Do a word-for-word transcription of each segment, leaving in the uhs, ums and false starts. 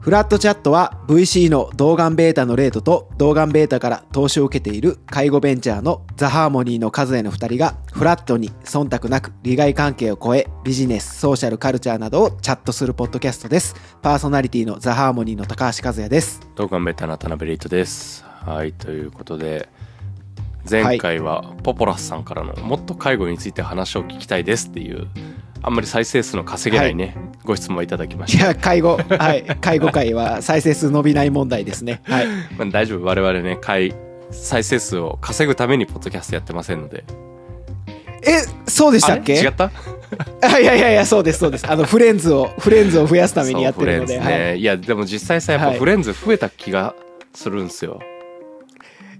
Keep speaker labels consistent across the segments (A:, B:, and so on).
A: フラットチャットは ブイシー の童顔ベータのレートと童顔ベータから投資を受けている介護ベンチャーのザ・ハーモニーの数へのふたりがフラットに忖度なく利害関係を超えビジネス、ソーシャル、カルチャーなどをチャットするポッドキャストです。パーソナリティのザ・ハーモニーの高橋和也です。
B: 童顔ベータの田辺リートです。はい、ということで前回はポポラスさんからのもっと介護について話を聞きたいですっていうあんまり再生数の稼げないね、はい、ご質問いただきました。
A: いや介護はい介護界は再生数伸びない問題ですね。はい、
B: まあ、大丈夫、我々ね再生数を稼ぐためにポッドキャストやってませんので。
A: えそうでしたっけ？
B: 違った？
A: あいやいやいやそうですそうです。あのフレンズをフレンズを増やすためにやってるので、
B: そうフレンズね、
A: はい、
B: いやでも実際さやっぱフレンズ増えた気がするんですよ。はい、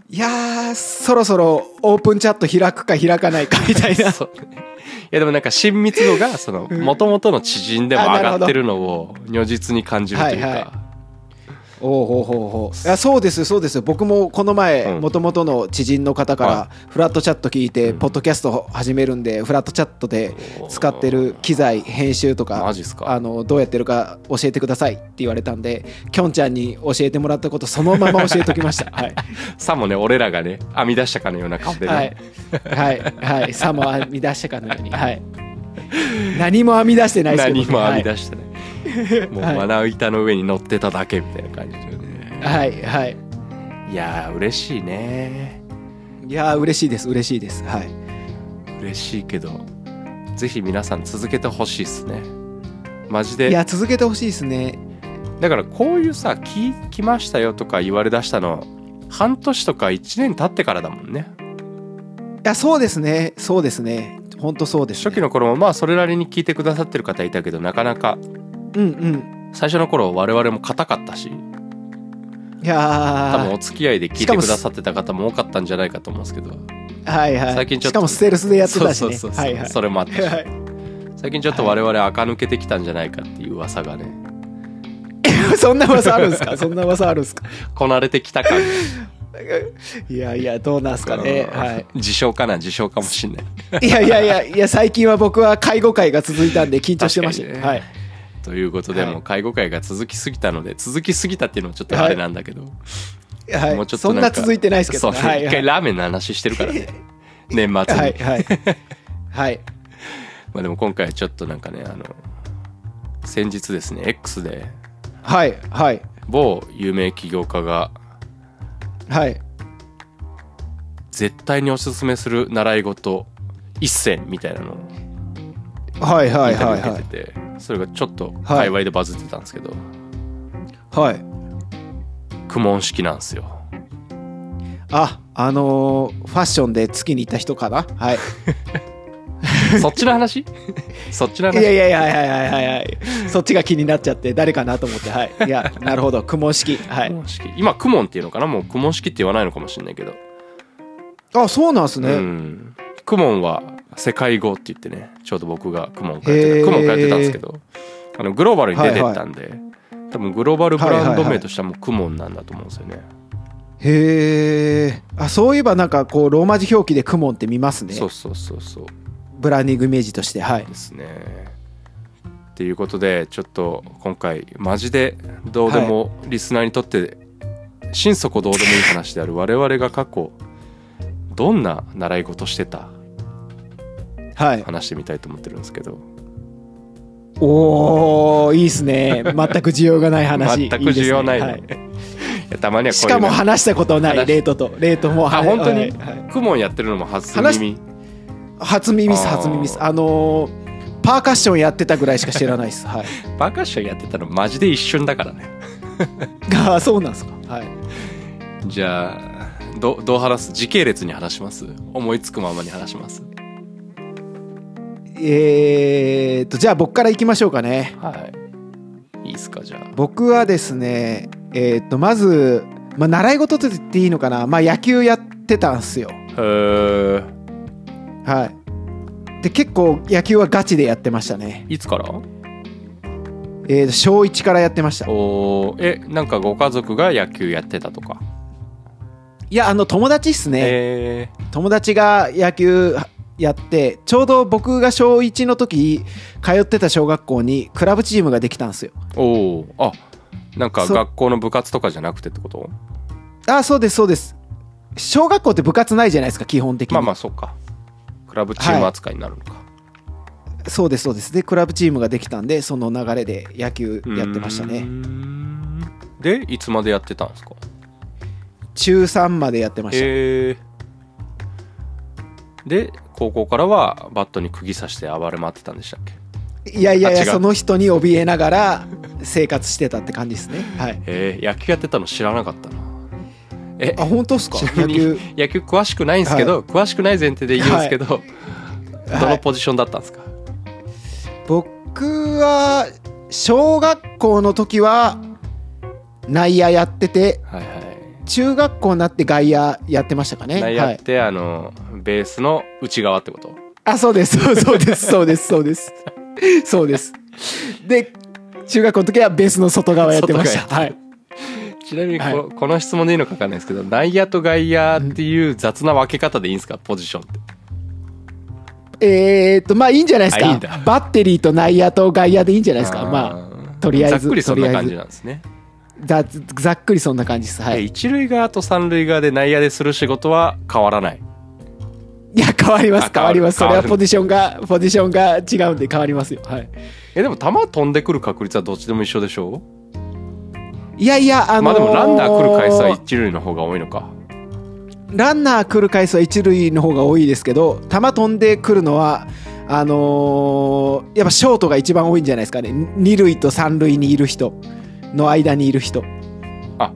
A: いやーそろそろオープンチャット開くか開かないかみたいな。
B: そういやでもなんか親密度がその元々の知人でも上がってるのを如実に感じるというか、はいはい、
A: おうほうほうほう。いやそうですそうです。僕もこの前元々の知人の方からフラットチャット聞いてポッドキャスト始めるんでフラットチャットで使ってる機材編集とかあのどうやってるか教えてくださいって言われたんできょんちゃんに教えてもらったことそのまま教えておきました。はい、
B: さもね俺らがね編み出したかのような顔でね、
A: はいはいはい、さも編み出したかのように、はい、何も編み出してないですけど、ね、
B: 何も編み出してない、はい、もうまな板の上に乗ってただけみたいな感じでね。
A: はいはい。
B: いやー嬉しいね。
A: いやー嬉しいです嬉しいです。はい。
B: 嬉しいけどぜひ皆さん続けてほしいですね。マジで。
A: いや続けてほしいですね。
B: だからこういうさ聞きましたよとか言われだしたの半年とかいちねん経ってからだもんね。
A: いやそうですねそうですね本当そうです、ね、
B: 初期の頃もまあそれなりに聞いてくださってる方いたけどなかなか
A: うんうん
B: 最初の頃我々も硬かったし、
A: いや
B: 多分お付き合いで聞いてくださってた方も多かったんじゃないかと思うんですけど、
A: はいはい、
B: 最近ちょっと
A: しかもステルスでやってたしね。
B: そうそうそうそう、
A: はいはい、
B: それもあったし、はい、最近ちょっと我々垢抜けてきたんじゃないかっていう噂がね、
A: はい、そんな噂あるんですか？そんな噂あるんですか？
B: こなれてきた感
A: いやいやどうなんすかね、はい、
B: 自称かな自称かもしんない
A: いやいやいやいや最近は僕は介護会が続いたんで緊張してましたね。はい、
B: ということで、はい、もう介護会が続きすぎたので続きすぎたっていうのもちょっとあれなんだけど、
A: はい、もうちょっとなんかそんな続いてないですけど、
B: ね、そう、はいはい、一回ラーメンの話してるからね年末にはい
A: はいはい
B: まあでも今回はちょっとなんかねあの先日ですね X で
A: はいはい
B: 某有名起業家が
A: はい
B: 絶対におすすめする習い事一選みたいなのを
A: はいはいはい
B: 受けてて、それがちょっと界隈でバズってたんですけど、
A: はい
B: 苦悶式なんですよ。
A: ああのー、ファッションで月に行った人かな。はい
B: そっちの話そっちの話
A: いやいやいやはいはいはいはいそっちが気になっちゃって誰かなと思って、はい、いやなるほど苦悶式、はい、
B: 苦悶式今苦悶っていうのかな、もう苦悶式って言わないのかもしれないけど、
A: あそうなんですね。
B: うん苦悶は世界語って言ってね、ちょうど僕が苦悶通ってた苦悶通ってたんですけど、あのグローバルに出てったんで、はいはい、多分グローバルブランド名としてはもう苦悶なんだと思うんですよね。はいはいはい、
A: へえ、あそういえばなんかこうローマ字表記で苦悶って見ますね。
B: そうそうそうそう、
A: ブランディングイメージとして、はい
B: ですね。っていうことでちょっと今回マジでどうでも、はい、リスナーにとって心底どうでもいい話である我々が過去どんな習い事してた、はい、話してみたいと思ってるんですけど。
A: おーいいですね。全く需要がない話。
B: 全く需要ない、ね、はい、いやたまにはこういう、
A: しかも話したことないレートとレートも、
B: あ本当に、はい、クモンやってるのも初耳。
A: 初耳です初耳です。あのーパーカッションやってたぐらいしか知らないです。はい、
B: パーカッションやってたのマジで一瞬だからね
A: ああそうなんですか。はい、
B: じゃあど, どう話す、時系列に話します、思いつくままに話します。
A: えーっとじゃあ僕からいきましょうかね。
B: はい、いいですか。じゃあ
A: 僕はですねえーっとまず、まあ、習い事と言っていいのかな、まあ、野球やってたんすよ。
B: へー、
A: はい。で結構野球はガチでやってましたね。
B: いつから？
A: えー、小いちからやってました。
B: おえなんかご家族が野球やってたとか？
A: いやあの友達っすね、
B: えー、
A: 友達が野球やってちょうど僕が小いちの時通ってた小学校にクラブチームができたんですよ。
B: おあなんか学校の部活とかじゃなくてってこと？
A: あ、そうですそうです。小学校って部活ないじゃないですか基本的に。
B: まあまあそうか、クラブチーム扱いになるのか、はい、
A: そうですそうです。でクラブチームができたんで、その流れで野球やってましたね。
B: でいつまでやってたんですか？
A: ちゅうさんまでやってました。
B: へー。で高校からはバットに釘刺して暴れ回ってたんでしたっけ？
A: いやいやいや、その人に怯えながら生活してたって感じですね。はい。
B: えー、野球やってたの知らなかったな。
A: え、あ、本当ですか？
B: 野球野球詳しくないんですけど、はい、詳しくない前提で言うんですけど、はい、どのポジションだったんですか？はい、
A: 僕は小学校の時は内野やってて、はいはい、中学校になって外野やってましたかね。
B: 内野って、はい、あのベースの内側ってこと？
A: あ、そうですそうそうですそうですそうですそうです。で中学校の時はベースの外側やってました。はい。
B: ちなみにこ、はい、この質問でいいのか分かんないですけど、内野と外野っていう雑な分け方でいいんですか、ポジションって？
A: えーっとまあいいんじゃないですか。
B: いいんだ。
A: バッテリーと内野と外野でいいんじゃないですか。まあとりあえず
B: ざっくりそんな感じなんですね。
A: ざ, ざっくりそんな感じです。はい。
B: 一塁側と三塁側で内野でする仕事は変わらない？
A: いや変わります変わります。それはポジションがポジションが違うんで変わりますよ。はい。
B: えでも球飛んでくる確率はどっちでも一緒でしょ？
A: いやいや、あのー、
B: まあでもランナー来る回数は一塁の方が多いのか。
A: ランナー来る回数は一塁の方が多いですけど、球飛んでくるのはあのー、やっぱショートが一番多いんじゃないですかね。二塁と三塁にいる人の間にいる人。
B: あ、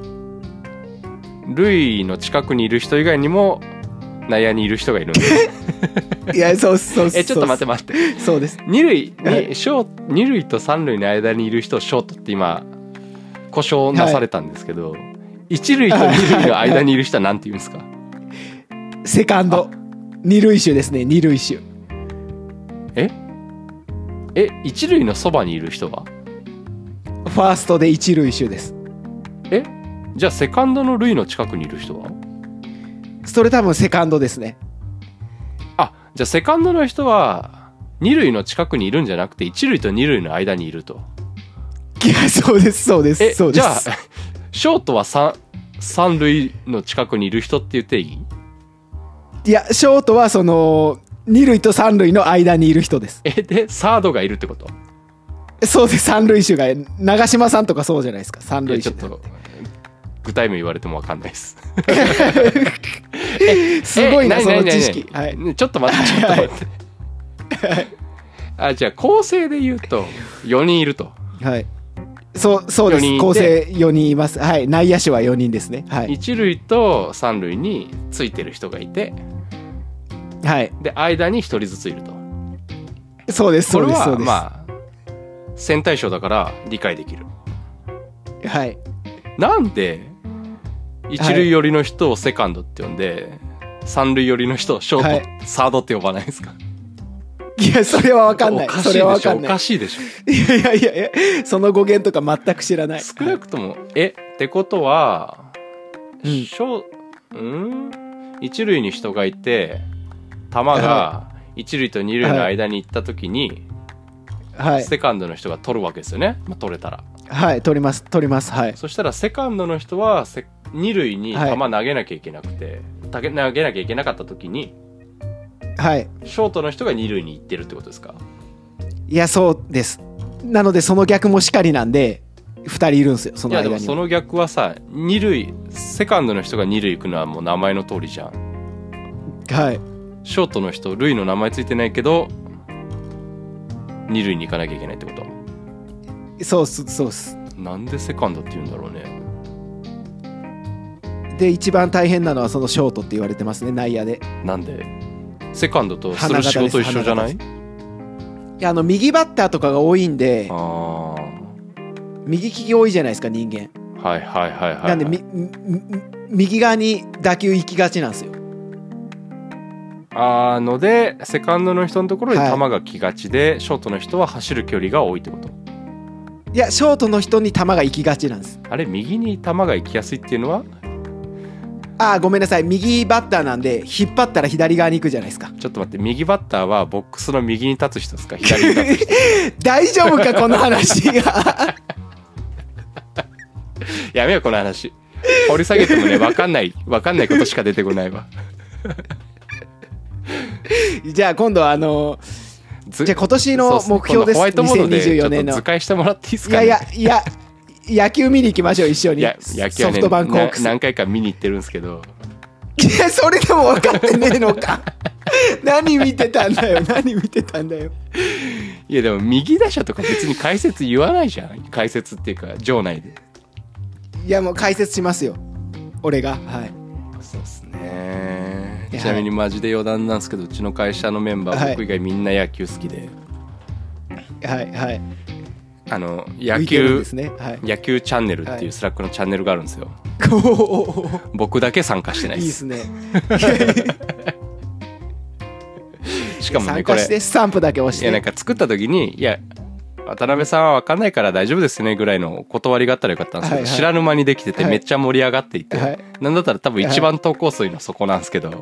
B: 塁の近くにいる人以外にも内野にいる人がいるんで。
A: いやそうそうそう。
B: えちょっと待って待って。
A: そうです。
B: 二塁にショー二塁と三塁の間にいる人をショートって今故障なされたんですけど、はい、一塁と二塁の間にいる人は何て言うんですか？
A: セカンド。二塁手ですね。二塁手。
B: ええ一塁のそばにいる人は
A: ファーストで一塁手です。
B: えじゃあセカンドの塁の近くにいる人は？
A: それ多分セカンドですね。
B: あ、じゃあセカンドの人は二塁の近くにいるんじゃなくて一塁と二塁の間にいると。
A: いやそうですそうです。
B: え
A: そうです。
B: じゃあショートは 3, 三塁の近くにいる人って言っていい？
A: いやショートはその二塁と三塁の間にいる人です。
B: えでサードがいるってこと？
A: そうです。三塁手が長嶋さんとかそうじゃないですか。三塁手。
B: ちょっと具体名言われても分かんないです
A: すごいなその知識。はい、
B: ちょっと待ってちょっと待って、はい、あじゃあ構成で言うとよにんいると。はい、
A: そうそうです。構成よにんいます。はい、内野手はよにんですね。はい、
B: 一塁と三塁についてる人がいて、はい、で間にひとりずついると。
A: そうですそうです。
B: これはまあ線対称だから理解できる。
A: はい。
B: なんで一塁寄りの人をセカンドって呼んで、はい、三塁寄りの人をショート、はい、サードって呼ばないですか？
A: いやそれは分かんない。
B: おかしいでしょ。
A: それは分かんない。
B: おかしいでしょ。
A: いやいやいやいやその語源とか全く知らない。
B: 少なくとも、はい、えってことは、うん、ショうん一塁に人がいて球が一塁と二塁の間に行った時に、はい、セカンドの人が取るわけですよね。まあ、取れたら
A: はい取ります取ります。はい。
B: そしたらセカンドの人はセ二塁に球投げなきゃいけなくて、はい、投げなきゃいけなかった時に、はい、ショートの人が二塁に行ってるってことですか？
A: いやそうです。なのでその逆もしかりなんでふたりいるんですよ。その間に。いやでも
B: その逆はさ、二塁セカンドの人が二塁行くのはもう名前の通りじゃん。はい。ショートの人塁の名前ついてないけど二塁に行かなきゃいけないってこと？
A: そうっすそうっす。
B: なんでセカンドって言うんだろうね。
A: で一番大変なのはそのショートって言われてますね。内野で。
B: なんで？セカンドとする仕事一緒じゃない？い
A: やあの右バッターとかが多いんで、あ右利き多いじゃないですか人間。
B: はいはいはいはい、はい、
A: なんでみ右側に打球行きがちなんですよ。
B: あのでセカンドの人のところに球が来がちで、はい、ショートの人は走る距離が多いってこと？
A: いやショートの人に球が行きがちなんです。
B: あれ右に球が行きやすいっていうのは？
A: あーごめんなさい、右バッターなんで引っ張ったら左側に行くじゃないですか。
B: ちょっと待って、右バッターはボックスの右に立つ人ですか左に立つ人？
A: 大丈夫かこの話が
B: やめようこの話。掘り下げてもね分かんない分かんないことしか出てこないわ。
A: じゃあ今度はあのじゃあ今年の目標です。
B: ホワイトボードでちょっ
A: にせんにじゅうよねんの
B: と図解してもらっていいですかね。
A: いやいやいや野球見に行きましょう一緒に。
B: いや野球はね
A: ソフトバンクホークス。
B: 何回か見に行ってるんですけど。
A: いやそれでも分かってねえのか。何見てたんだよ何見てたんだよ。
B: いやでも右打者とか別に解説言わないじゃん。解説っていうか場内で。
A: いやもう解説しますよ俺が。はい
B: そうですね。ちなみにマジで余談なんですけど、うちの会社のメンバー、はい、僕以外みんな野球好きで、
A: はいはい、
B: あの野球
A: ですね、はい、
B: 野球チャンネルっていうスラックのチャンネルがあるんですよ、はい、僕だけ参加してないです。
A: いいですね。
B: しかもね
A: 参加してスタンプだけ押して、
B: いやなんか作った時にいや渡辺さんは分かんないから大丈夫ですねぐらいの断りがあったらよかったんですけど、はいはい、知らぬ間にできててめっちゃ盛り上がっていて、はい、なんだったら多分一番投稿数のそこなんですけど、はい、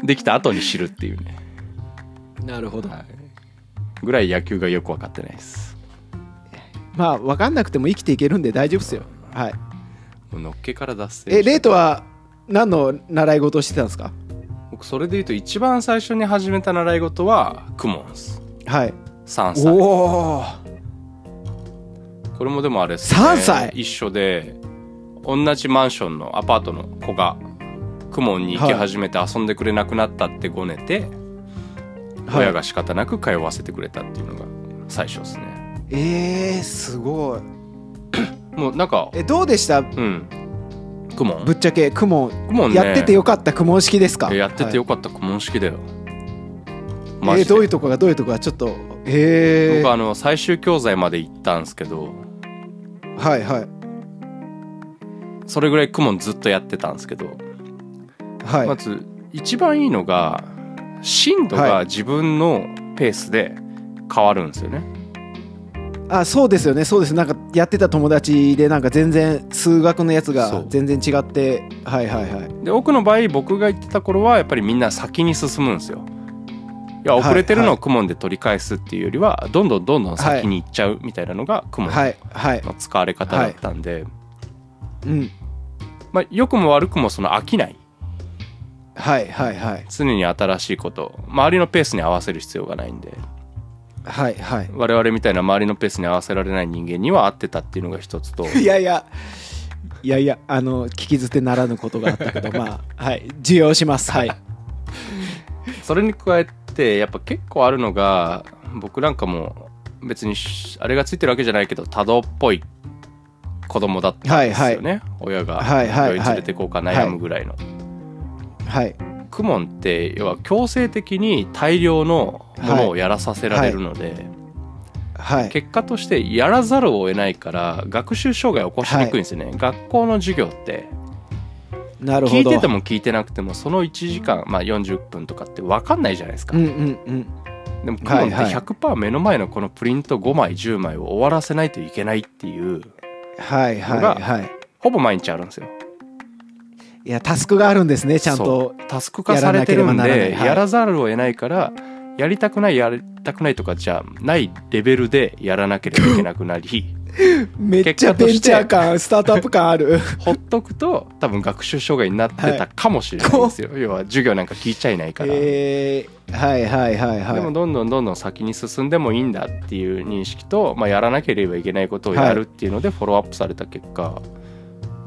B: できた後に知るっていうね。
A: なるほど、
B: はい、ぐらい野球がよく分かってないです。
A: まあ分かんなくても生きていけるんで大丈夫ですよ。はい。
B: もうのっけから脱線。
A: えレイトは何の習い事をしてたんですか？
B: 僕それでいうと一番最初に始めた習い事はクモンです。
A: はい、
B: さんさい。
A: お
B: これもでもあれですね、
A: さんさい
B: 一緒で同じマンションのアパートの子がクモンに行き始めて遊んでくれなくなったってごねて、はい、親が仕方なく通わせてくれたっていうのが最初ですね。
A: えー、すごい。
B: もうなんか
A: えどうでした？
B: うんクモン
A: ぶっちゃけクモン、
B: クモンね、
A: やっててよかったクモン式ですか？
B: やっててよかったクモン式だよ、
A: はい、えー、どういうとこがどういうとこがちょっとえー、
B: 僕あの最終教材まで行ったんですけど、
A: はいはい、
B: それぐらいクモンずっとやってたんですけど、
A: はい、
B: まず一番いいのが進度が自分のペースで変わるんですよね、
A: はい、あそうですよねそうです。なんかやってた友達でなんか全然数学のやつが全然違って、はいはいはい。
B: で多くの場合僕が行ってた頃はやっぱりみんな先に進むんですよ。いや遅れてるのをクモンで取り返すっていうよりはどんどんどんどん先に行っちゃうみたいなのがクモンの使われ方だったんで、
A: うん
B: まあ、良くも悪くもその飽きない、
A: はいはいはい、
B: 常に新しいこと周りのペースに合わせる必要がないんで、
A: はいはい、
B: 我々みたいな周りのペースに合わせられない人間には合ってたっていうのが一つと
A: いやいやいやいやあの聞き捨てならぬことがあったけどまあはい受容します。はい
B: それに加えてやっぱ結構あるのが僕なんかも別にあれがついてるわけじゃないけど多動っぽい子供だったんですよね、はいはい、親が病院連れてこうか悩むぐらいの、
A: はい、
B: クモンって要は強制的に大量のものをやらさせられるので、はいはい、結果としてやらざるを得ないから学習障害を起こしにくいんですよね、はい、学校の授業って
A: なるほど
B: 聞いてても聞いてなくてもそのいちじかん、まあ、よんじゅっぷんとかって分かんないじゃないですか、
A: うんうんうん、
B: でもクモンって ひゃくパーセント 目の前のこのプリントごまいじゅうまいを終わらせないといけないっていうのがほぼ毎日あるんですよ。
A: いやタスクがあるんですねちゃんと
B: タスク化されてるんで や, やらざるを得ないからやりたくないやりたくないとかじゃないレベルでやらなければいけなくなり
A: めっちゃベンチャー感スタートアップ感ある
B: ほっとくと多分学習障害になってたかもしれないですよ、はい、要は授業なんか聞いちゃいないから、
A: えー、はいはいはいはい。
B: でもどんどんどんどん先に進んでもいいんだっていう認識と、まあ、やらなければいけないことをやるっていうのでフォローアップされた結果、はい、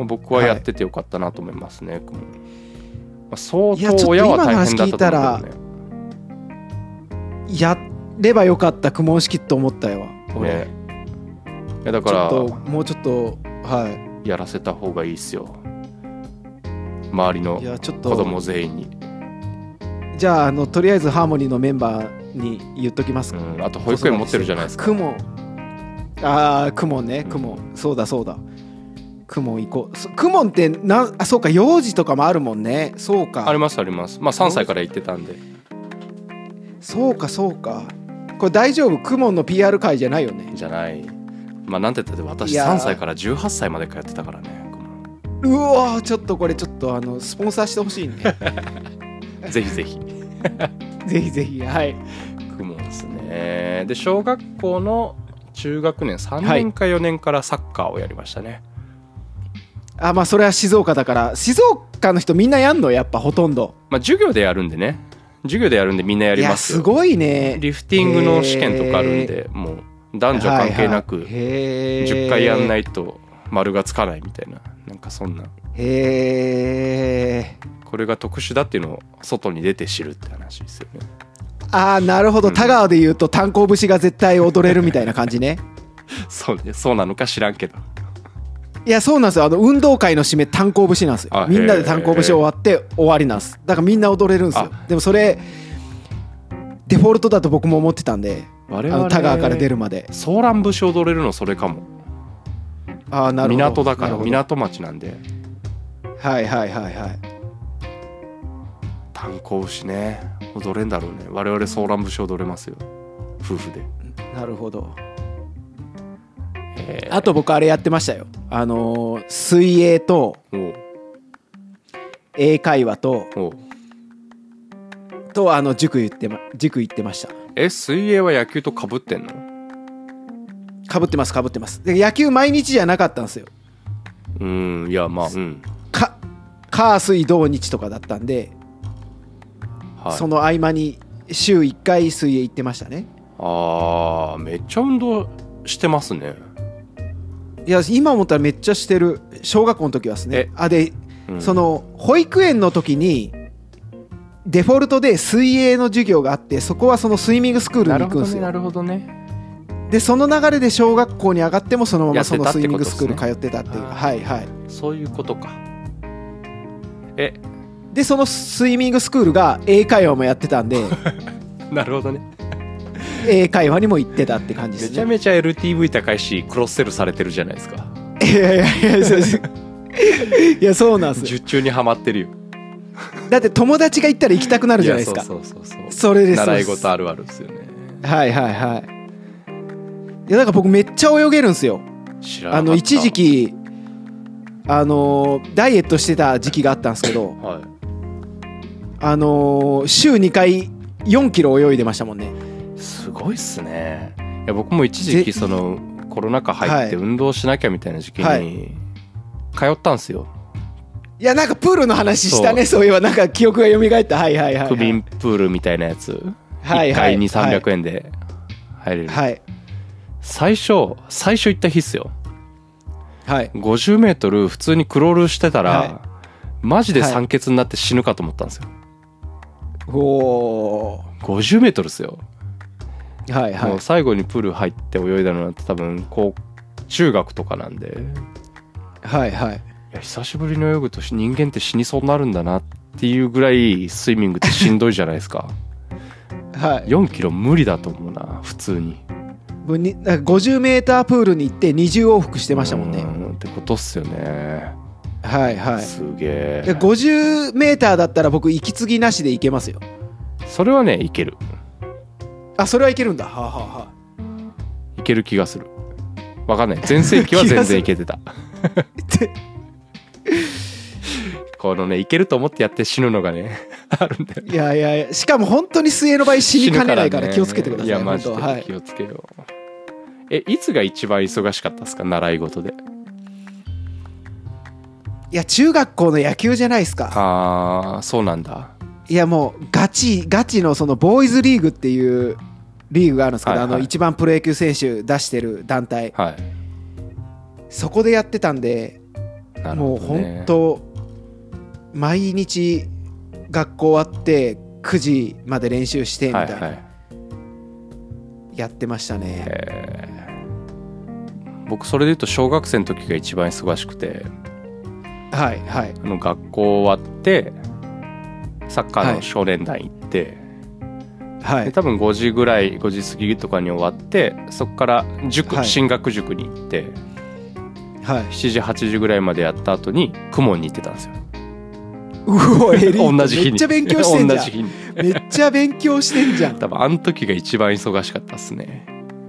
B: 僕はやっててよかったなと思いますね、はい、まあ、相当親は大変だったと思うけどね。
A: やればよかったクモン式と思ったよ俺、ね、
B: いやだから
A: ちょっともうちょっとはい
B: やらせた方がいいっすよ周りの子供全員に。
A: じゃあ、あのとりあえずハーモニーのメンバーに言っときますか、うん、
B: あと保育園持ってるじゃないですか。
A: クモンああクモンねクモンそうだそうだクモン行こう。クモンってなあそうか幼児とかもあるもんね。そうか
B: ありますあります。まあさんさいから行ってたんで。
A: そうかそうかこれ大丈夫クモンの ピーアール 会じゃないよね。
B: じゃないまあなんて言ったって私さんさいからじゅうはっさいまで通ってたからね。
A: うわちょっとこれちょっとあのスポンサーしてほしいね
B: ぜひぜひ
A: ぜひぜひはい
B: クモンですね。で小学校の中学年さんねんかよねんからサッカーをやりましたね、
A: はい、あまあそれは静岡だから。静岡の人みんなやんのやっぱほとんど。
B: まあ授業でやるんでね、授業でやるんでみんなやりますよ。
A: いやすごいね。
B: リフティングの試験とかあるんで、もう男女関係なくじゅっかいやんないと丸がつかないみたいな、なんかそんな。
A: へえ。
B: これが特殊だっていうのを外に出て知るって話ですよね。
A: ああなるほど、田川で言うと炭鉱節が絶対踊れるみたいな感じね。
B: そうね、そうなのか知らんけど。
A: いやそうなんですよ。あの運動会の締め炭鉱節なんですよ。みんなで炭鉱節終わって終わりなんです。だからみんな踊れるんですよ。でもそれデフォルトだと僕も思ってたんで、
B: 我々
A: あの田川から出るまで。
B: ソーラン節踊れるのそれかも。
A: ああなるほど。
B: 港だから港町なんで。
A: はいはいはいはい。
B: 炭鉱節ね、踊れんだろうね。我々ソーラン節踊れますよ、夫婦で。
A: なるほど。あと僕あれやってましたよ。あのー、水泳と英会話ととあの塾行ってま塾行ってました。
B: え水泳は野球と被ってんの？
A: 被ってます被ってます。で野球毎日じゃなかったんですよ。
B: うんいやまあうん
A: か火水土日とかだったんで、はい、その合間に週いっかい水泳行ってましたね。
B: あーめっちゃ運動してますね。
A: いや今思ったらめっちゃしてる。小学校の時はですね。あで、うん、その保育園の時にデフォルトで水泳の授業があって、そこはそのスイミングスクールに行くんですよ。
B: なるほどね、なるほどね。
A: でその流れで小学校に上がってもそのままそのスイミングスクール通ってたっていう。はいはい。
B: そういうことか。え
A: でそのスイミングスクールが英会話もやってたんで
B: なるほどね。
A: 英会話にも行ってたって感じですね。
B: めちゃめちゃ エルティーブイ 高いしクロスセルされてるじゃないですか。
A: いやいやいやそういやそうなんですよ。
B: 術中にはまってるよ。
A: だって友達が行ったら行きたくなるじゃないですか。
B: そうそうそうそう。
A: それです。
B: 習い事あるあるですよね。
A: はいはいはい。いやだから僕めっちゃ泳げるんですよ。
B: 知らなかった。
A: あの一時期あのダイエットしてた時期があったんですけど、はい、あの週にかいよんキロ泳いでましたもんね。
B: すごいっすね。いや僕も一時期そのコロナ禍入って運動しなきゃみたいな時期に通ったんですよ。
A: いやなんかプールの話したね。そういえばなんか記憶が蘇った。はいはいはい、はい、
B: 区民プールみたいなやつ、はいはい、いっかいにせんさんびゃくえんで入れる、はい、最初最初行った日っすよ、はい、ごじゅうメートル普通にクロールしてたら、はい、マジで酸欠になって死ぬかと思ったんですよ、はい、おーごじゅうメートルっすよ。はいはい、もう最後にプール入って泳いだのなんて多分こう中学とかなんで、はいはい、いや久しぶりに泳ぐと人間って死にそうになるんだなっていうぐらいスイミングってしんどいじゃないですかはい、よんキロ無理だと思うな普通に。
A: ごじゅうメータープールに行ってにじゅう往復してましたもんね。
B: うんってことっすよね。
A: はいはい、
B: すげえ。
A: ごじゅうメーターだったら僕息継ぎなしで行けますよ。
B: それはねいける。
A: あそれはいけるんだ。はあ、はあは
B: あ、いける気がする。わかんない。全盛期は全然いけてたこのねいけると思ってやって死ぬのがねあるんだよ、ね、
A: いやいやいやしかも本当に水泳の場合死にかねないから気をつけてください。
B: いやマジで気をつけよう、はい、えいつが一番忙しかったですか習い事で。
A: いや中学校の野球じゃないですか。
B: ああそうなんだ。い
A: やもうガチガチのそのボーイズリーグっていうリーグがあるんですけど、はいはい、あの一番プロ野球選手出してる団体、はい、そこでやってたんで、ね、もう本当毎日学校終わってくじまで練習してみたいな、はいはい、やってましたね。
B: 僕それで言うと小学生の時が一番忙しくて、
A: はいはい、
B: あの学校終わってサッカーの少年団行って、はい、で多分ごじぐらいごじ過ぎとかに終わってそこから塾、はい、進学塾に行って、はい、しちじはちじぐらいまでやった後に公文に行ってたんですよ。
A: うおエリート
B: 同じ日に
A: めっちゃ勉強してんじゃん。
B: 同じ日に
A: めっちゃ勉強してんじゃん。
B: 多分あの時が一番忙しかったっすね。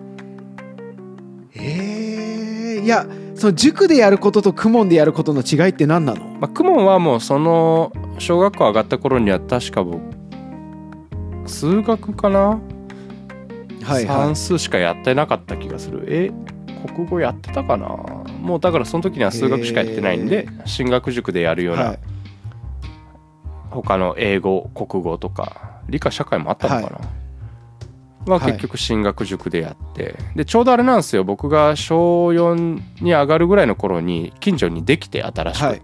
A: えー、いやその塾でやることと公文でやることの違いって何なの？
B: まあ、公文はもうその小学校上がった頃には確か僕数学かな
A: はいはい、
B: 算数しかやってなかった気がする。え国語やってたかな。もうだからその時には数学しかやってないんで、進学塾でやるような、はい、他の英語国語とか理科社会もあったのかな、はい、は結局進学塾でやって、でちょうどあれなんですよ、僕がしょうよんに上がるぐらいの頃に近所にできて新しく、はい、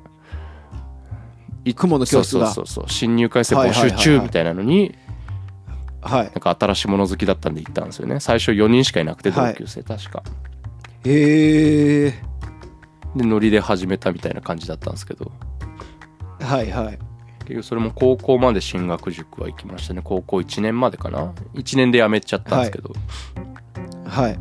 A: 雲の教室が
B: そうそうそうそう新入会生募集中みたいなのに、はい、なんか新しいもの好きだったんで行ったんですよね。最初よにんしかいなくて同級生、はい、確か
A: へえ。
B: でノリで始めたみたいな感じだったんですけど、
A: はいはい。
B: 結局それも高校まで進学塾は行きましたね。高校いちねんまでかな。いちねんで辞めちゃったんですけど、
A: はい、はい、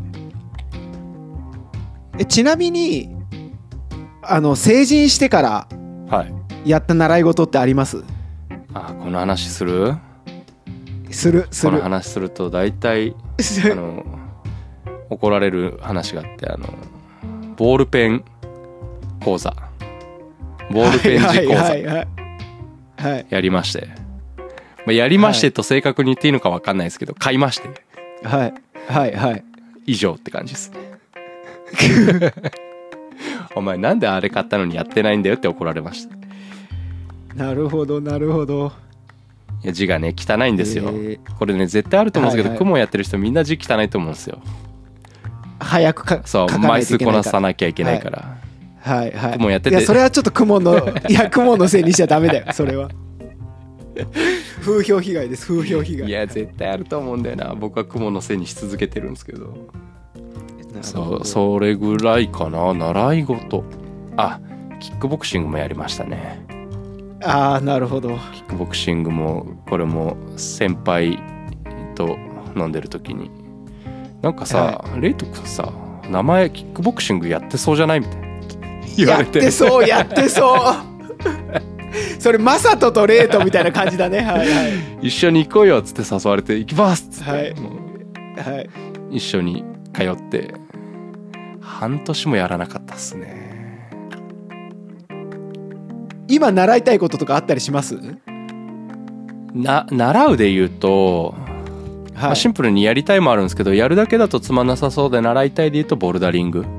A: えちなみにあの成人してからやった習い事ってあります？
B: あ、この話する
A: するする
B: この話すると大体あの怒られる話があって、あのボールペン講座ボールペン字講座やりまして、まあ、やりましてと正確に言っていいのか分かんないですけど、買いまして、
A: はいはいはい
B: 以上って感じですねお前なんであれ買ったのにやってないんだよって怒られました。
A: なるほどなるほど。
B: いや字がね汚いんですよ、えー、これね絶対あると思うんですけど、はいはい、雲やってる人みんな字汚いと思うんですよ。
A: 早くか
B: そう
A: 書か
B: 枚数こなさなきゃいけないから、
A: はいはいはい、
B: 雲やってて、
A: いやそれはちょっと雲のいや雲のせいにしちゃダメだよそれは風評被害です、風評被害。
B: いや絶対あると思うんだよな。僕は雲のせいにし続けてるんですけど、そうそれぐらいかな。習い事、あキックボクシングもやりましたね。
A: ああなるほど。
B: キックボクシングもこれも先輩と飲んでる時になんかさ、はい、レイト君さ名前キックボクシングやってそうじゃないみたいな言われて、
A: やってそうやってそうそれマサトとレイトみたいな感じだねはい、はい、
B: 一緒に行こうよっつって誘われて行きますっつって、
A: はい
B: もう
A: はい、
B: 一緒に通って半年もやらなかったっすね。
A: 今習いたいこととかあったりします？
B: な習うで言うと、はいまあ、シンプルにやりたいもあるんですけど、やるだけだとつまんなさそうで習いたいで言うとボルダリング。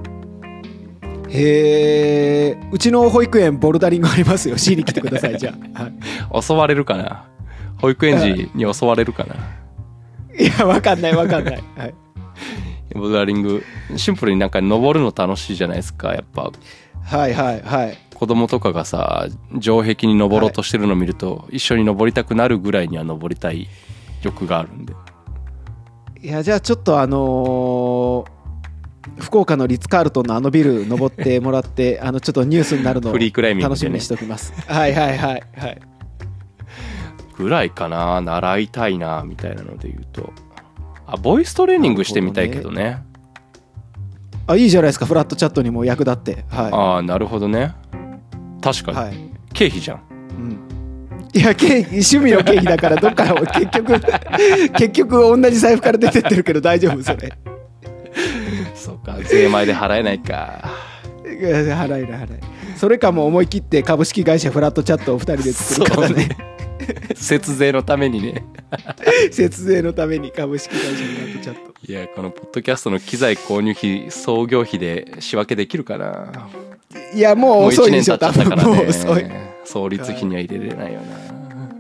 A: へえ、うちの保育園ボルダリングありますよ。しに来てくださいじゃあ、
B: はい、襲われるかな。保育園児に襲われるかな。
A: いやわかんないわかんない、はい、
B: ボルダリングシンプルになんか登るの楽しいじゃないですかやっぱ。
A: はいはいはい。
B: 子供とかがさ城壁に登ろうとしてるのを見ると、はい、一緒に登りたくなるぐらいには登りたい欲があるんで。
A: いやじゃあちょっとあのー、福岡のリッツカールトンのあのビル登ってもらってあのちょっとニュースになるのを楽しみにしておきます。はいはいはいはい
B: ぐらいかな。習いたいなみたいなので言うと、あボイストレーニングしてみたいけどね。
A: あいいじゃないですか、フラットチャットにも役立って、はい、
B: ああなるほどね。確かに、はい、経費じゃん、
A: うん、いや経費趣味の経費だからどっから結局結局同じ財布から出てってるけど大丈夫それ
B: そうか税前で払えないか
A: 払えない払えない。それかも思い切って株式会社フラットチャットをふたりで作るからね
B: 節税のためにね
A: 節税のために株式会社フラットチャット。
B: いやこのポッドキャストの機材購入費創業費で仕分けできるかな。
A: いやもう遅いでしょ、
B: もういちねん経っちゃったからね。
A: もう遅い。
B: 創立費には入れれないよな、はい、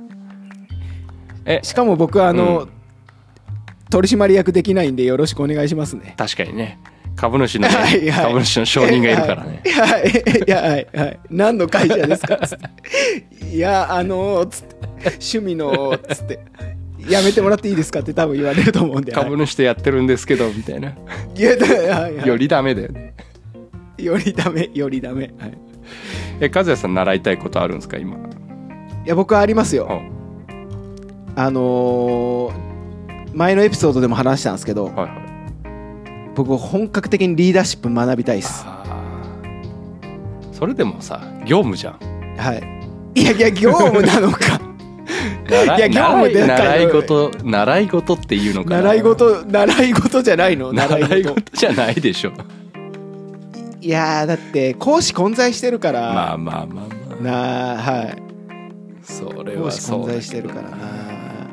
A: えしかも僕はあの、うん、取締役できないんでよろしくお願いしますね。
B: 確かにね株主の、ねはいはい、株主の承認がいるからね。
A: はいはいいやはいはい何の会社ですかつっていやあのー、つって趣味のつってやめてもらっていいですかって多分言われると思うんで、
B: 株主とやってるんですけどみたいな。
A: いやはい、はい、
B: よりダメだよね。
A: よりダメよりダメ、はい、
B: え和也さん習いたいことあるんですか今。い
A: や僕はありますよ。あのー、前のエピソードでも話したんですけど、はいはい、僕本格的にリーダーシップ学びたいです。
B: それでもさ業務じゃん。
A: はいいやいや業務なのか
B: いや業務で習い事習い事っていうのかな。
A: 習い事習い事じゃないの。
B: 習い事じゃないでしょ。
A: いやだって講師混在してるから。
B: まあまあまあまあ
A: なあはい
B: それは
A: そう講師混在してるからな。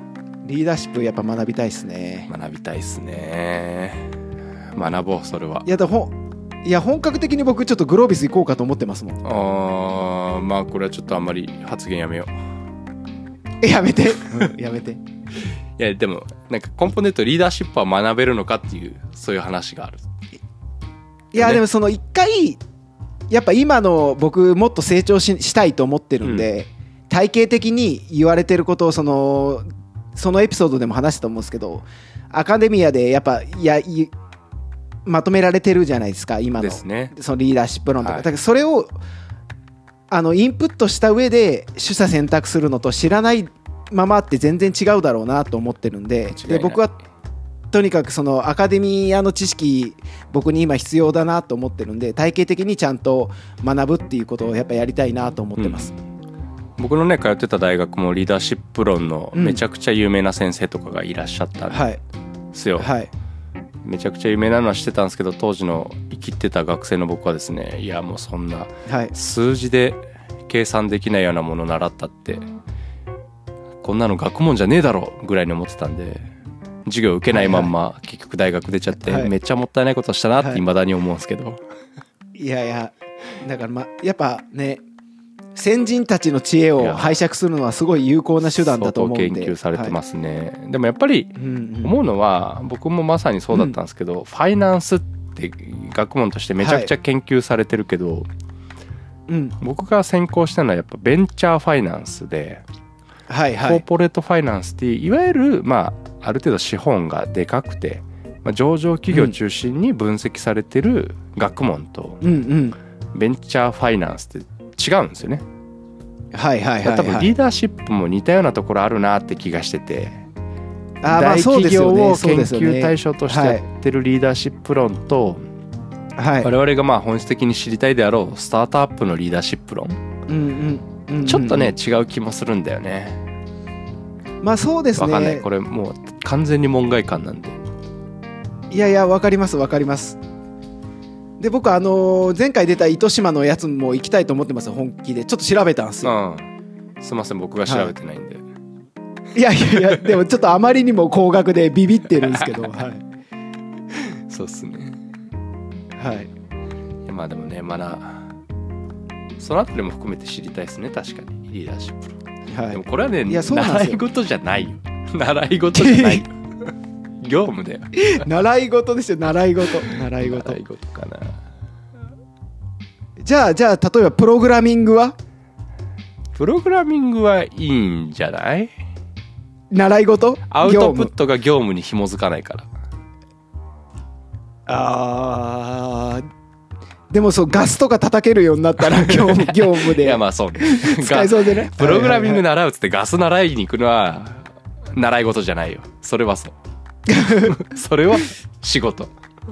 A: リーダーシップやっぱ学びたいですね。
B: 学びたいですね。学ぼうそれは。
A: いやだほいや本格的に僕ちょっとグロービス行こうかと思ってますもん。
B: あーまあこれはちょっとあんまり発言やめよう。
A: やめて、うん、やめて。
B: いやでもなんかコンポーネントリーダーシップは学べるのかっていうそういう話がある。
A: いや、
B: ね、
A: でもその一回やっぱ今の僕もっと成長 し, したいと思ってるんで、うん、体系的に言われてることをそのそのエピソードでも話したと思うんですけど、アカデミアでやっぱいやいまとめられてるじゃないですか今の
B: ですね、
A: そのリーダーシップ論とか、
B: はい、
A: だからそれをあのインプットした上で取捨選択するのと知らないままって全然違うだろうなと思ってるんで、で僕はとにかくそのアカデミアの知識僕に今必要だなと思ってるんで、体系的にちゃんと学ぶっていうことをやっぱやりたいなと思ってます、うん、
B: 僕のね通ってた大学もリーダーシップ論のめちゃくちゃ有名な先生とかがいらっしゃったんですよ、
A: はいはい、
B: めちゃくちゃ有名なのは知ってたんですけど、当時の生きてた学生の僕はですね、いやもうそんな数字で計算できないようなもの習ったってこんなの学問じゃねえだろぐらいに思ってたんで、授業受けないまんま結局大学出ちゃってめっちゃもったいないことしたなって未だに思うんですけど、
A: いやいやだからまやっぱね先人たちの知恵を拝借するのはすごい有効な手段だと思うんで、
B: 相当研究されてますね、はい、でもやっぱり思うのは僕もまさにそうだったんですけど、うん、ファイナンスって学問としてめちゃくちゃ研究されてるけど、はい、うん、僕が専攻したのはやっぱベンチャーファイナンスで、はいはい、コーポレートファイナンスっていういわゆるまあある程度資本がでかくて、まあ、上場企業中心に分析されてる学問と、うんうん、ベンチャーファイナンスって違うんですよね。
A: はいはいはいはい、
B: 多分リーダーシップも似たようなところあるなって気がしてて、
A: あ
B: 大企業を研究対象としてやってるリーダーシップ論と、はい、我々がまあ本質的に知りたいであろうスタートアップのリーダーシップ論、うんうんうんうん、ちょっとね違う気もするんだよね。
A: まあそうですね。
B: わかんない、これもう完全に門外漢なんで。
A: いやいやわかりますわかります。で僕あの前回出た糸島のやつも行きたいと思ってます、本気で。ちょっと調べたんですよ、
B: うん、すいません僕が調べてないんで、はい、
A: いやいやいやでもちょっとあまりにも高額でビビってるんですけど、はい、
B: そうっすね。
A: はい。い
B: やまあでもねまだそのあたりも含めて知りたいですね、確かにリーダーシップ、はい、でもこれはねいやそうなんですよ、習い事じゃないよ習い事じゃない業務だよ
A: 習い事ですよ、習い事習い事
B: 習い事かな。
A: じゃあじゃあ例えばプログラミングは
B: プログラミングはいいんじゃない？
A: 習い事？
B: アウトプットが業務に紐づかないから。
A: あーでもそうガスとか叩けるようになったら業務業務で
B: いやまあそうね
A: 使えそうでね
B: プログラミング習うっつってガス習いに行くのは習い事じゃないよ、それはそうそれは仕事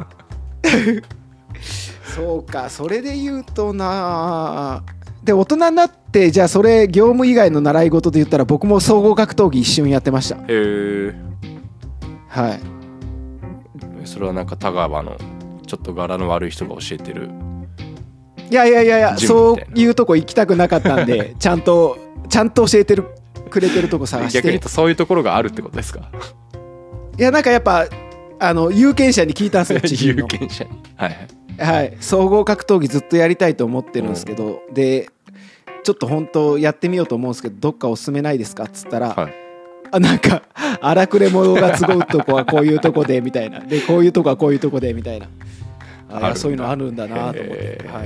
A: そうか、それで言うとな。で大人になってじゃあそれ業務以外の習い事で言ったら僕も総合格闘技一瞬やってました。へ
B: え。
A: はい。
B: それはなんか田川のちょっと柄の悪い人が教えてる。
A: いやいやいやいや、そういうとこ行きたくなかったんでちゃんとちゃんと教えてるくれてるとこ探して。
B: 逆に言うとそういうところがあるってことですか？
A: いやなんかやっぱあの有権者に聞いたんですよ知人の
B: 有権者に、はい
A: はい、総合格闘技ずっとやりたいと思ってるんですけど、うん、でちょっと本当やってみようと思うんですけどどっかおすすめないですかっつったら、はい、あなんか荒くれ者が集うとこはこういうとこでみたいなでこういうとこはこういうとこでみたいな、あいやそういうのあるんだなと思って、はい、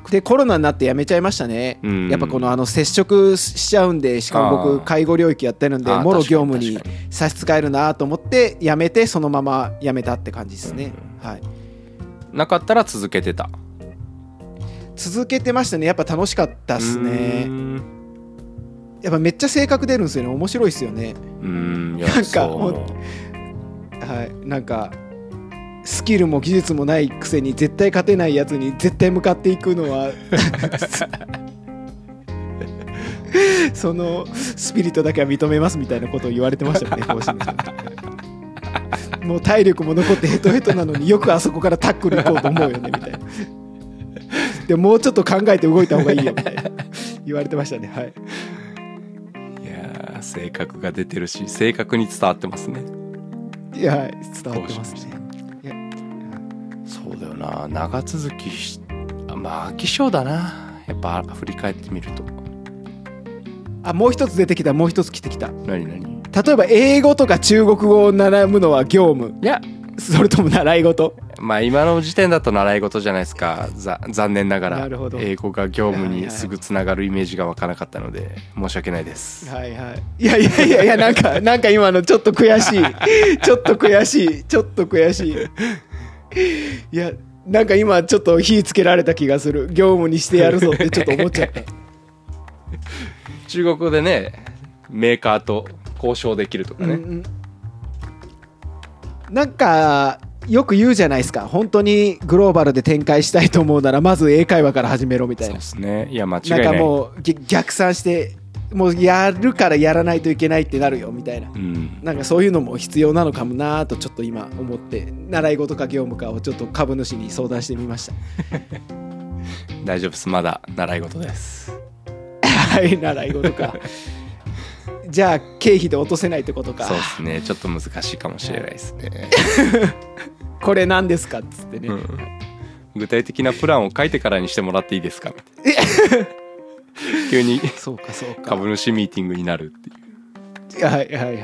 A: でコロナになってやめちゃいましたね、うん、やっぱこのあの接触しちゃうんで、しかも僕介護領域やってるんでもろ業務に差し支えるなと思ってやめて、そのままやめたって感じですね、うん、はい。
B: なかったら続けてた？
A: 続けてましたね、やっぱ楽しかったっすね。やっぱめっちゃ性格出るんですよね、面白いっすよね。
B: うーん、いや
A: なんかはい、なんかスキルも技術もないくせに絶対勝てないやつに絶対向かっていくのはそのスピリットだけは認めますみたいなことを言われてましたよね講師の人に。もう体力も残ってヘトヘトなのによくあそこからタックル行こうと思うよねみたいな。でもうちょっと考えて動いた方がいいよみたいな言われてましたね。はい。
B: いや性格が出てるし正確に伝わってますね。
A: いや伝わってますね。いや
B: そうだよな、長続きしまあ飽き性だなやっぱ振り返ってみると。
A: あもう一つ出てきたもう一つ来てきた。
B: 何何？
A: 例えば英語とか中国語を学ぶのは業務、
B: いや
A: それとも習い事？
B: まあ今の時点だと習い事じゃないですか。ざ残念ながら
A: なるほど
B: 英語が業務にすぐつながるイメージが湧かなかったので申し訳ないです。
A: はいはい。いやいやいやいやなんかなんか今のちょっと悔しいちょっと悔しいちょっと悔しい。いやなんか今ちょっと火つけられた気がする。業務にしてやるぞってちょっと思っちゃった。
B: 中国語でねメーカーと交渉できるとかね、うんうん、
A: なんかよく言うじゃないですか。本当にグローバルで展開したいと思うならまず英会話から始めろみたいな。
B: そうですね。いや間違いない。
A: なんかもう逆算してもうやるからやらないといけないってなるよみたいな、うん、なんかそういうのも必要なのかもなとちょっと今思って習い事か業務かをちょっと株主に相談してみました。
B: 大丈夫です、まだ習い事です。
A: はい習い事か。じゃあ経費で落とせないってことか。
B: そうですね、ちょっと難しいかもしれないですね。
A: これ何ですかっつってね、うん、
B: 具体的なプランを書いてからにしてもらっていいですかみたいな。急に
A: そうかそうか
B: 株主ミーティングになるっていう。
A: はいはいはいはい。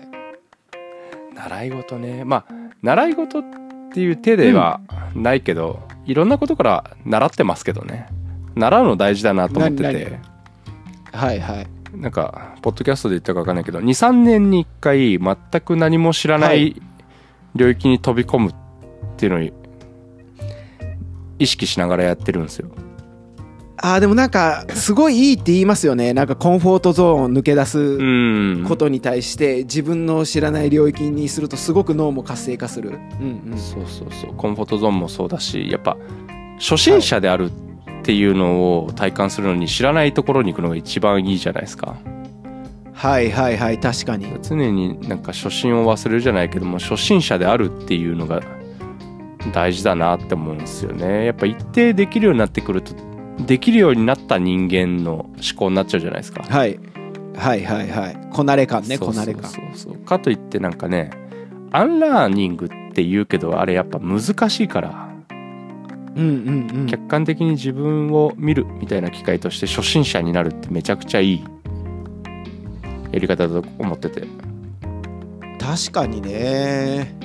B: 習い事ね、まあ習い事っていう手ではないけど、うん、いろんなことから習ってますけどね。習うの大事だなと思ってて。
A: はいはい。
B: なんかポッドキャストで言ったか分かんないけど にさんねんにいっかい全く何も知らない領域に飛び込むっていうのを意識しながらやってるんですよ。
A: あーでもなんかすごいいいって言いますよね。なんかコンフォートゾーンを抜け出すことに対して自分の知らない領域にするとすごく脳も活性化する、うんうん、
B: そうそうそう。コンフォートゾーンもそうだし、やっぱ初心者であるっていうのを体感するのに知らないところに行くのが一番いいじゃないですか。
A: はいはいはい、確かに。
B: 常になんか初心を忘れるじゃないけども、初心者であるっていうのが大事だなって思うんですよね。やっぱ一定できるようになってくると、できるようになった人間の思考になっちゃうじゃないですか。
A: はい、はいはいはいこなれ感ね。こなれ感。
B: そうそうそう。かといってなんかね、アンラーニングって言うけどあれやっぱ難しいから、
A: うんうんうん、
B: 客観的に自分を見るみたいな機会として初心者になるってめちゃくちゃいいやり方だと思ってて。
A: 確かにね。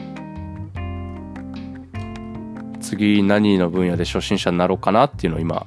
B: 次何の分野で初心者になろうかなっていうのを今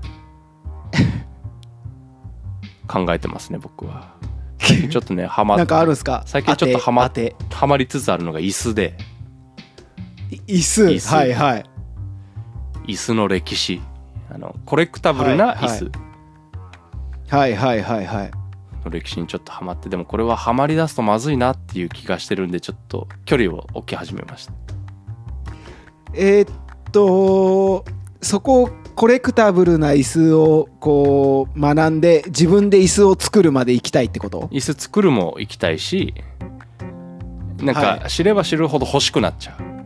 B: 考えてますね僕は。最近ちょっとねハマ
A: なんかあるんすか。
B: 最近ちょっとハマハマりつつあるのが椅子で。
A: 椅子、椅子はいはい。
B: 椅子の歴史、あのコレクタブルな椅子、
A: はいはいはいはいはい
B: の歴史にちょっとハマって、でもこれはハマり出すとまずいなっていう気がしてるんで、ちょっと距離を置き始めました。
A: えー、っとそこコレクタブルな椅子をこう学んで自分で椅子を作るまで行きたいってこと？
B: 椅子作るも行きたいし、なんか知れば知るほど欲しくなっちゃう、はい、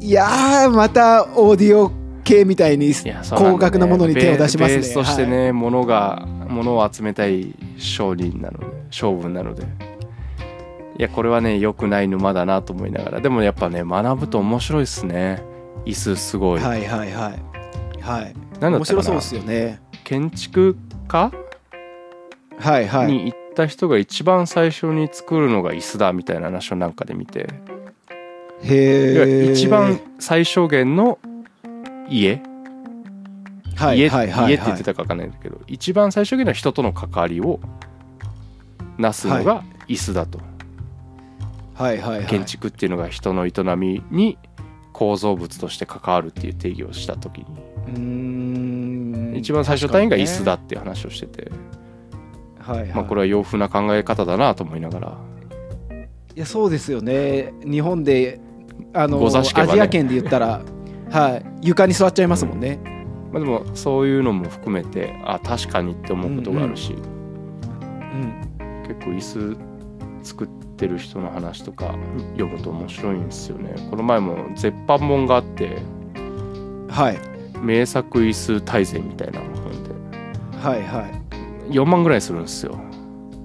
B: い
A: やーまたオーディオ系みたいに高額なものに手を出しますね。
B: ベースとしてね、はい、物が物を集めたい商人なので性分なので、いやこれはね良くない沼だなと思いながら、でもやっぱね学ぶと面白いですね。椅子すごい。
A: はいはいはいはい。
B: なんだったかな、
A: 面白そうですよね。
B: 建築家
A: はいはい
B: に行った人が一番最初に作るのが椅子だみたいな話をなんかで見て、
A: へー、
B: 一番最小限の家、
A: はい、
B: 家、
A: はいはいはい、
B: 家って言ってたか分かんないんだけど、一番最小限の人との関わりをなすのが椅子だと、
A: はいはいはいはい、
B: 建築っていうのが人の営みに構造物として関わるっていう定義をした時に、
A: うーん、
B: 一番最初単位が椅子だっていう話をしてて、
A: はいはい、
B: まあ、これは洋風な考え方だなと思いながら。
A: いやそうですよね。日本であの、
B: ね、ア
A: ジア圏で言ったらはい、床に座っちゃいますもんね、
B: うん、まあ、でもそういうのも含めてあ確かにって思うことがあるし、
A: うんうん、
B: 結構椅子作ってる人の話とか読むと面白いんですよね。この前も絶版本があって、
A: はい、
B: 名作椅子大全みたいな本で、
A: はいはい、
B: よんまんぐらいするんですよ。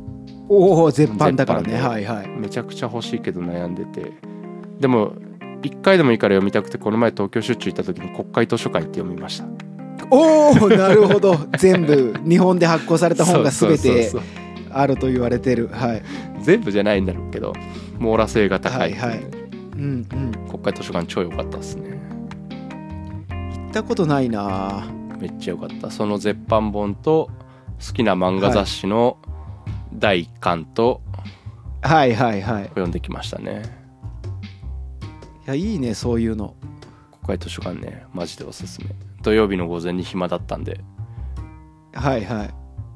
A: おお絶版だからね。はいはい。
B: めちゃくちゃ欲しいけど悩んでて、でも一回でもいいから読みたくて、この前東京出張行った時に国会図書館行って読みました。
A: おおなるほど。全部日本で発行された本が全てあると言われてる。はい。
B: 全部じゃないんだろうけど網羅性が高い。
A: はいはい。うんうん。
B: 国会図書館超良かったですね。
A: 行ったことないな。
B: めっちゃ良かった。その絶版本と好きな漫画雑誌のだいいっかんと、
A: はいはいはい。
B: 読んできましたね。
A: いやいいねそういうの。
B: 国会図書館ねマジでおすすめ。土曜日の午前に暇だったんで。
A: はいはい。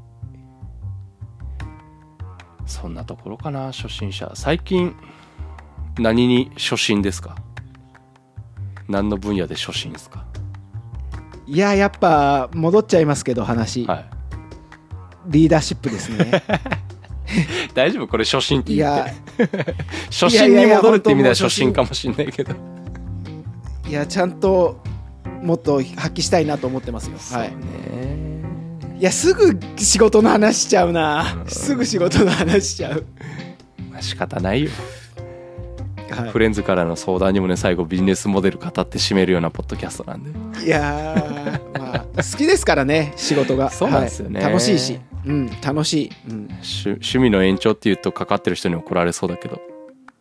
B: そんなところかな。初心者最近何に初心ですか？何の分野で初心ですか？
A: いややっぱ戻っちゃいますけど話、はい、リーダーシップですね。
B: 大丈夫これ初心って言って初心に戻るって意味では初心かもしれないけど、
A: いやちゃんともっと発揮したいなと思ってますよ。はい。いやすぐ仕事の話しちゃうな、うん、すぐ仕事の話しちゃう。
B: まあ仕方ないよ、はい、フレンズからの相談にもね最後ビジネスモデル語って締めるようなポッドキャストなんで。
A: いやまあ好きですからね仕事が。
B: そうなんですよね、
A: はい、楽しいし、うん、楽しい、うん、
B: 趣, 趣味の延長っていうとかかってる人に怒られそうだけど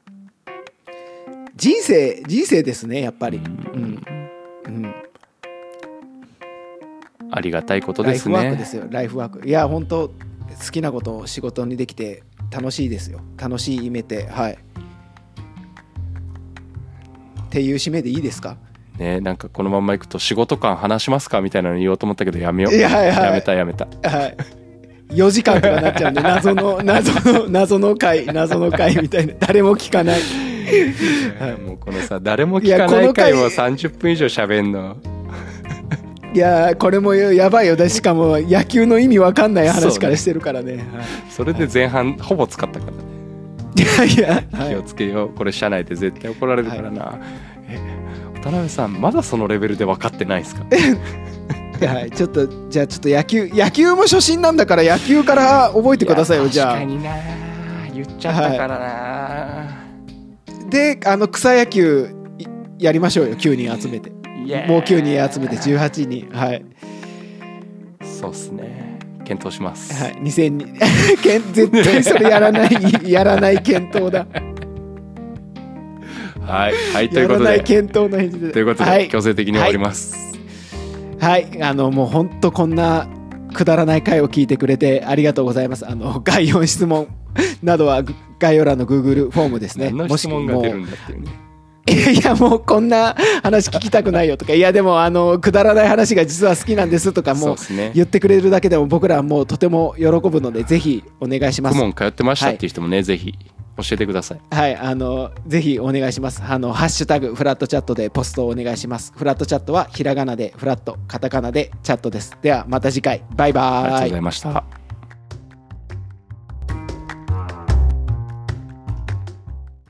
A: 人生人生ですねやっぱり、うんうんうん、
B: ありがたいことですね。
A: ライフワークですよライフワーク。いや本当好きなことを仕事にできて楽しいですよ。楽しい夢ってはいっていう締めでいいですか
B: ね。なんかこのまんまいくと仕事感話しますかみたいなの言おうと思ったけどやめよう。
A: いや、はいはい、
B: やめたやめた、
A: はい、よじかんとかなっちゃうんで謎の謎の謎の回謎の回みたいな誰も聞かない。
B: はい、もうこのさ誰も聞かない回をさんじゅっぷん以上喋んの。
A: いやこれもやばいよだ。しかも野球の意味わかんない話からしてるからね。 そ, ね、はい、
B: それで前半、はい、ほぼ使ったからね。
A: いやいや、
B: 気をつけよう、これ社内で絶対怒られるからな、はい、え渡辺さんまだそのレベルで分かってないですか？
A: はい、ちょっとじゃあちょっと野球野球も初心なんだから野球から覚えてくださいよ。じゃあ
B: 確かにな言っちゃったからな、はい、
A: であの草野球やりましょうよきゅうにん集めて。もうきゅうにん集めてじゅうはちにん。はい
B: そうっすね検討します。
A: はいにせんにん絶対それやらないやらない検討だ。
B: はい、はい、ということで
A: やらない検討の返事で
B: ということで、はい、強制的に終わります。
A: はい、はい、あのもう本当こんなくだらない回を聞いてくれてありがとうございます。あの概要質問などは概要欄の Google フォームですね。
B: 何の質問が出るんだっていうね。
A: いやもうこんな話聞きたくないよとかいやでもあのくだらない話が実は好きなんですとかもう言ってくれるだけでも僕らはもうとても喜ぶのでぜひお願いします。
B: 公文通ってましたっていう人もね、はい、ぜひ教えてください。
A: はいあのぜひお願いします。あのハッシュタグフラットチャットでポストをお願いします。フラットチャットはひらがなでフラットカタカナでチャットです。ではまた次回バイバーイ。
B: ありがとうございました。